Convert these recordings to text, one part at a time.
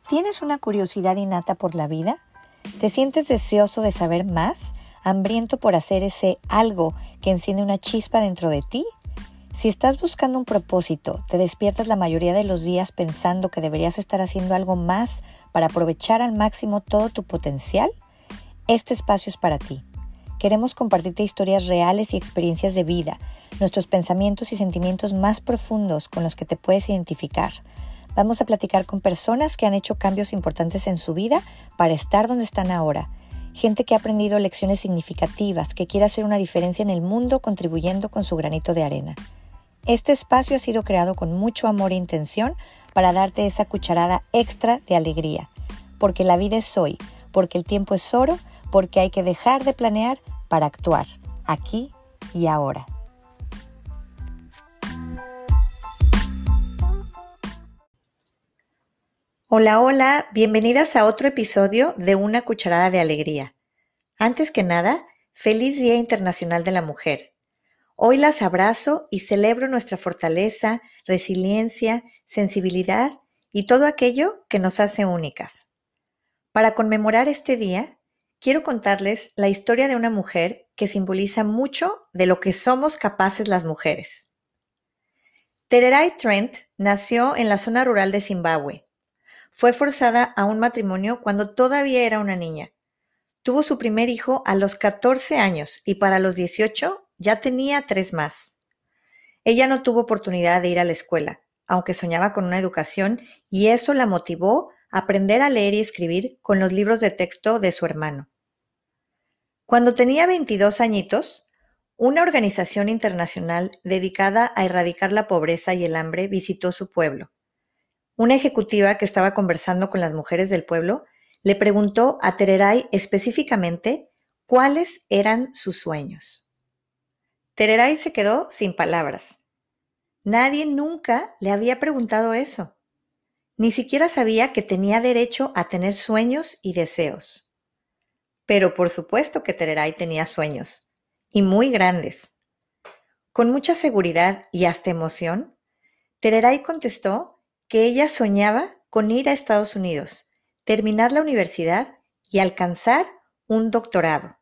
¿Tienes una curiosidad innata por la vida? ¿Te sientes deseoso de saber más? ¿Hambriento por hacer ese algo que enciende una chispa dentro de ti? Si estás buscando un propósito, te despiertas la mayoría de los días pensando que deberías estar haciendo algo más para aprovechar al máximo todo tu potencial, este espacio es para ti. Queremos compartirte historias reales y experiencias de vida, nuestros pensamientos y sentimientos más profundos con los que te puedes identificar. Vamos a platicar con personas que han hecho cambios importantes en su vida para estar donde están ahora. Gente que ha aprendido lecciones significativas, que quiere hacer una diferencia en el mundo contribuyendo con su granito de arena. Este espacio ha sido creado con mucho amor e intención para darte esa cucharada extra de alegría. Porque la vida es hoy, porque el tiempo es oro, porque hay que dejar de planear para actuar, aquí y ahora. Hola, hola, bienvenidas a otro episodio de Una Cucharada de Alegría. Antes que nada, feliz Día Internacional de la Mujer. Hoy las abrazo y celebro nuestra fortaleza, resiliencia, sensibilidad y todo aquello que nos hace únicas. Para conmemorar este día, quiero contarles la historia de una mujer que simboliza mucho de lo que somos capaces las mujeres. Tererai Trent nació en la zona rural de Zimbabue. Fue forzada a un matrimonio cuando todavía era una niña. Tuvo su primer hijo a los 14 años y para los 18 ya tenía 3 más. Ella no tuvo oportunidad de ir a la escuela, aunque soñaba con una educación, y eso la motivó a aprender a leer y escribir con los libros de texto de su hermano. Cuando tenía 22 añitos, una organización internacional dedicada a erradicar la pobreza y el hambre visitó su pueblo. Una ejecutiva que estaba conversando con las mujeres del pueblo le preguntó a Tererai específicamente cuáles eran sus sueños. Tererai se quedó sin palabras. Nadie nunca le había preguntado eso. Ni siquiera sabía que tenía derecho a tener sueños y deseos. Pero por supuesto que Tererai tenía sueños, y muy grandes. Con mucha seguridad y hasta emoción, Tererai contestó que ella soñaba con ir a Estados Unidos, terminar la universidad y alcanzar un doctorado.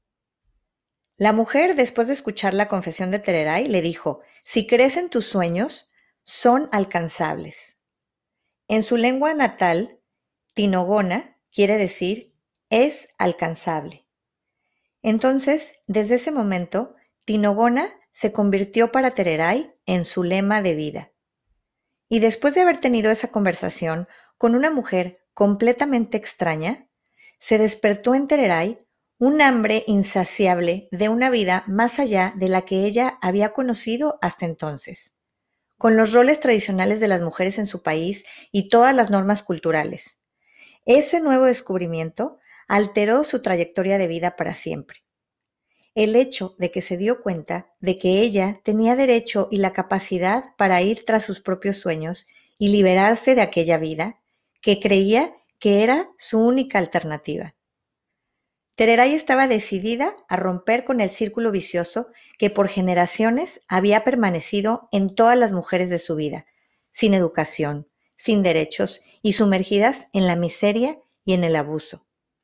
La mujer, después de escuchar la confesión de Tererai, le dijo: si crees en tus sueños, son alcanzables. En su lengua natal, Tinogona quiere decir es alcanzable. Entonces, desde ese momento, Tinogona se convirtió para Tererai en su lema de vida. Y después de haber tenido esa conversación con una mujer completamente extraña, se despertó en Tererai un hambre insaciable de una vida más allá de la que ella había conocido hasta entonces, con los roles tradicionales de las mujeres en su país y todas las normas culturales. Ese nuevo descubrimiento alteró su trayectoria de vida para siempre. El hecho de que se dio cuenta de que ella tenía derecho y la capacidad para ir tras sus propios sueños y liberarse de aquella vida que creía que era su única alternativa. Tererai estaba decidida a romper con el círculo vicioso que por generaciones había permanecido en todas las mujeres de su vida, sin educación, sin derechos y sumergidas en la miseria y en el abuso.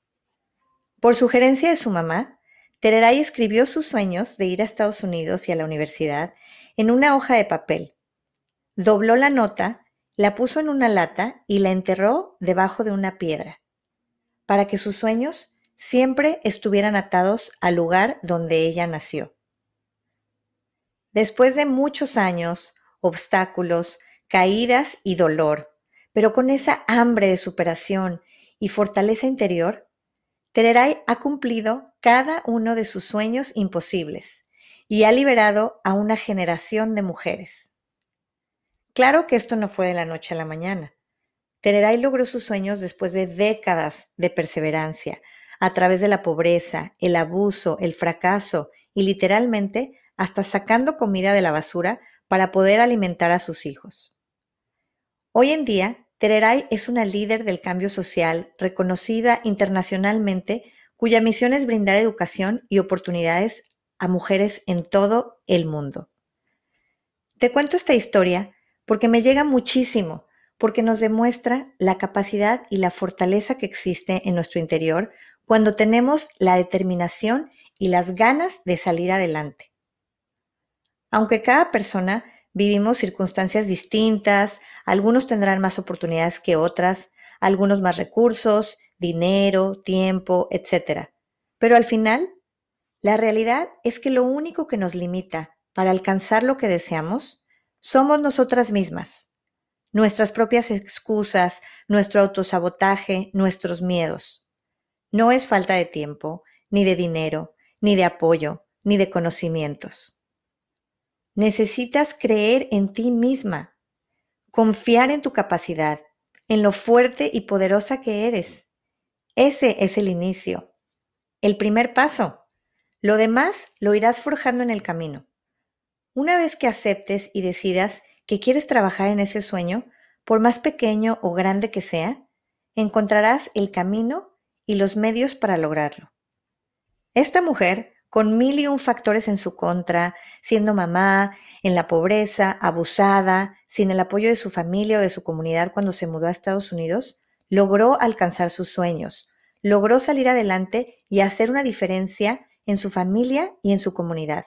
Por sugerencia de su mamá, Tererai escribió sus sueños de ir a Estados Unidos y a la universidad en una hoja de papel. Dobló la nota, la puso en una lata y la enterró debajo de una piedra, para que sus sueños siempre estuvieran atados al lugar donde ella nació. Después de muchos años, obstáculos, caídas y dolor, pero con esa hambre de superación y fortaleza interior, Tererai ha cumplido cada uno de sus sueños imposibles y ha liberado a una generación de mujeres. Claro que esto no fue de la noche a la mañana. Tererai logró sus sueños después de décadas de perseverancia, a través de la pobreza, el abuso, el fracaso y literalmente hasta sacando comida de la basura para poder alimentar a sus hijos. Hoy en día, Tererai es una líder del cambio social reconocida internacionalmente, cuya misión es brindar educación y oportunidades a mujeres en todo el mundo. Te cuento esta historia porque me llega muchísimo, porque nos demuestra la capacidad y la fortaleza que existe en nuestro interior cuando tenemos la determinación y las ganas de salir adelante. Aunque cada persona vivimos circunstancias distintas, algunos tendrán más oportunidades que otras, algunos más recursos, dinero, tiempo, etc. Pero al final, la realidad es que lo único que nos limita para alcanzar lo que deseamos somos nosotras mismas, nuestras propias excusas, nuestro autosabotaje, nuestros miedos. No es falta de tiempo, ni de dinero, ni de apoyo, ni de conocimientos. Necesitas creer en ti misma, confiar en tu capacidad, en lo fuerte y poderosa que eres. Ese es el inicio, el primer paso. Lo demás lo irás forjando en el camino. Una vez que aceptes y decidas que quieres trabajar en ese sueño, por más pequeño o grande que sea, encontrarás el camino y los medios para lograrlo. Esta mujer, con 1001 factores en su contra, siendo mamá, en la pobreza, abusada, sin el apoyo de su familia o de su comunidad cuando se mudó a Estados Unidos, logró alcanzar sus sueños, logró salir adelante y hacer una diferencia en su familia y en su comunidad.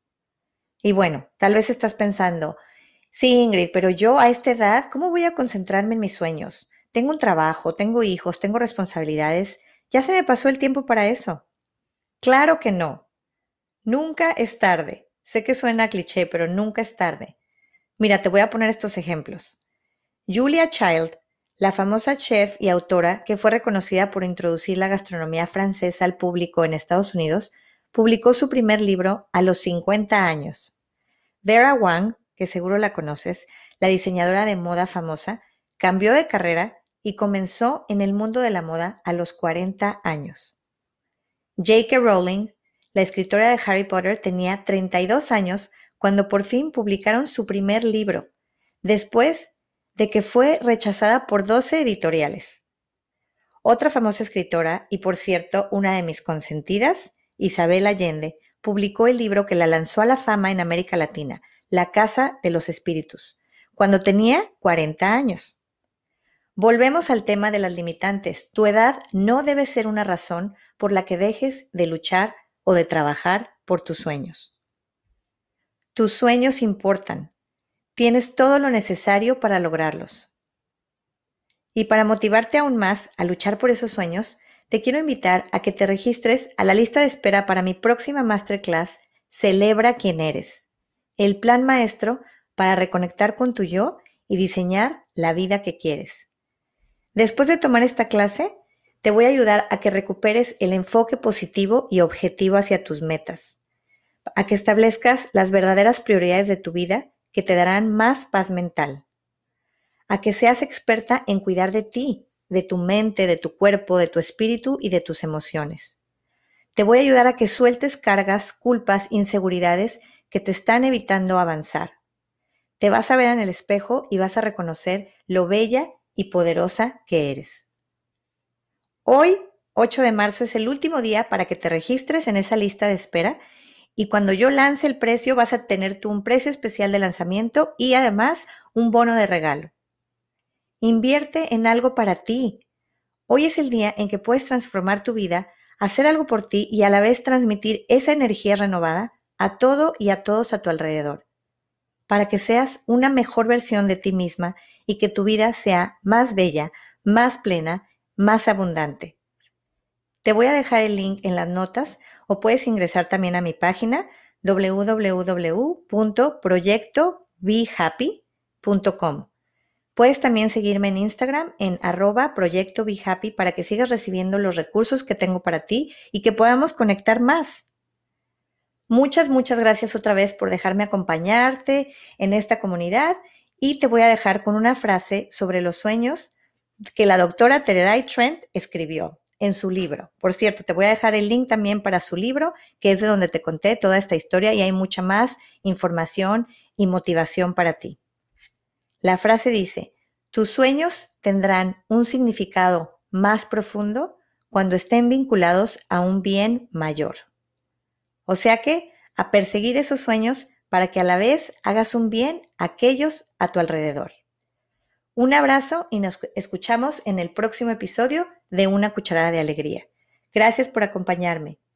Y bueno, tal vez estás pensando, sí, Ingrid, pero yo a esta edad, ¿cómo voy a concentrarme en mis sueños? Tengo un trabajo, tengo hijos, tengo responsabilidades, ya se me pasó el tiempo para eso. Claro que no. Nunca es tarde. Sé que suena cliché, pero nunca es tarde. Mira, te voy a poner estos ejemplos. Julia Child, la famosa chef y autora que fue reconocida por introducir la gastronomía francesa al público en Estados Unidos, publicó su primer libro a los 50 años. Vera Wang, que seguro la conoces, la diseñadora de moda famosa, cambió de carrera y comenzó en el mundo de la moda a los 40 años. J.K. Rowling, la escritora de Harry Potter, tenía 32 años cuando por fin publicaron su primer libro, después de que fue rechazada por 12 editoriales. Otra famosa escritora, y por cierto, una de mis consentidas, Isabel Allende, publicó el libro que la lanzó a la fama en América Latina, La Casa de los Espíritus, cuando tenía 40 años. Volvemos al tema de las limitantes. Tu edad no debe ser una razón por la que dejes de luchar o de trabajar por tus sueños. Tus sueños importan. Tienes todo lo necesario para lograrlos. Y para motivarte aún más a luchar por esos sueños, te quiero invitar a que te registres a la lista de espera para mi próxima masterclass Celebra quién eres, el plan maestro para reconectar con tu yo y diseñar la vida que quieres. Después de tomar esta clase, te voy a ayudar a que recuperes el enfoque positivo y objetivo hacia tus metas, a que establezcas las verdaderas prioridades de tu vida que te darán más paz mental, a que seas experta en cuidar de ti, de tu mente, de tu cuerpo, de tu espíritu y de tus emociones. Te voy a ayudar a que sueltes cargas, culpas, inseguridades que te están evitando avanzar. Te vas a ver en el espejo y vas a reconocer lo bella y poderosa que eres. Hoy, 8 de marzo, es el último día para que te registres en esa lista de espera y cuando yo lance el precio vas a tener tú un precio especial de lanzamiento y además un bono de regalo. Invierte en algo para ti. Hoy es el día en que puedes transformar tu vida, hacer algo por ti y a la vez transmitir esa energía renovada a todo y a todos a tu alrededor, para que seas una mejor versión de ti misma y que tu vida sea más bella, más plena, más abundante. Te voy a dejar el link en las notas o puedes ingresar también a mi página www.proyectobehappy.com. Puedes también seguirme en Instagram en @proyectobehappy para que sigas recibiendo los recursos que tengo para ti y que podamos conectar más. Muchas gracias otra vez por dejarme acompañarte en esta comunidad y te voy a dejar con una frase sobre los sueños que la doctora Tererai Trent escribió en su libro. Por cierto, te voy a dejar el link también para su libro, que es de donde te conté toda esta historia y hay mucha más información y motivación para ti. La frase dice, tus sueños tendrán un significado más profundo cuando estén vinculados a un bien mayor. O sea que, a perseguir esos sueños para que a la vez hagas un bien a aquellos a tu alrededor. Un abrazo y nos escuchamos en el próximo episodio de Una Cucharada de Alegría. Gracias por acompañarme.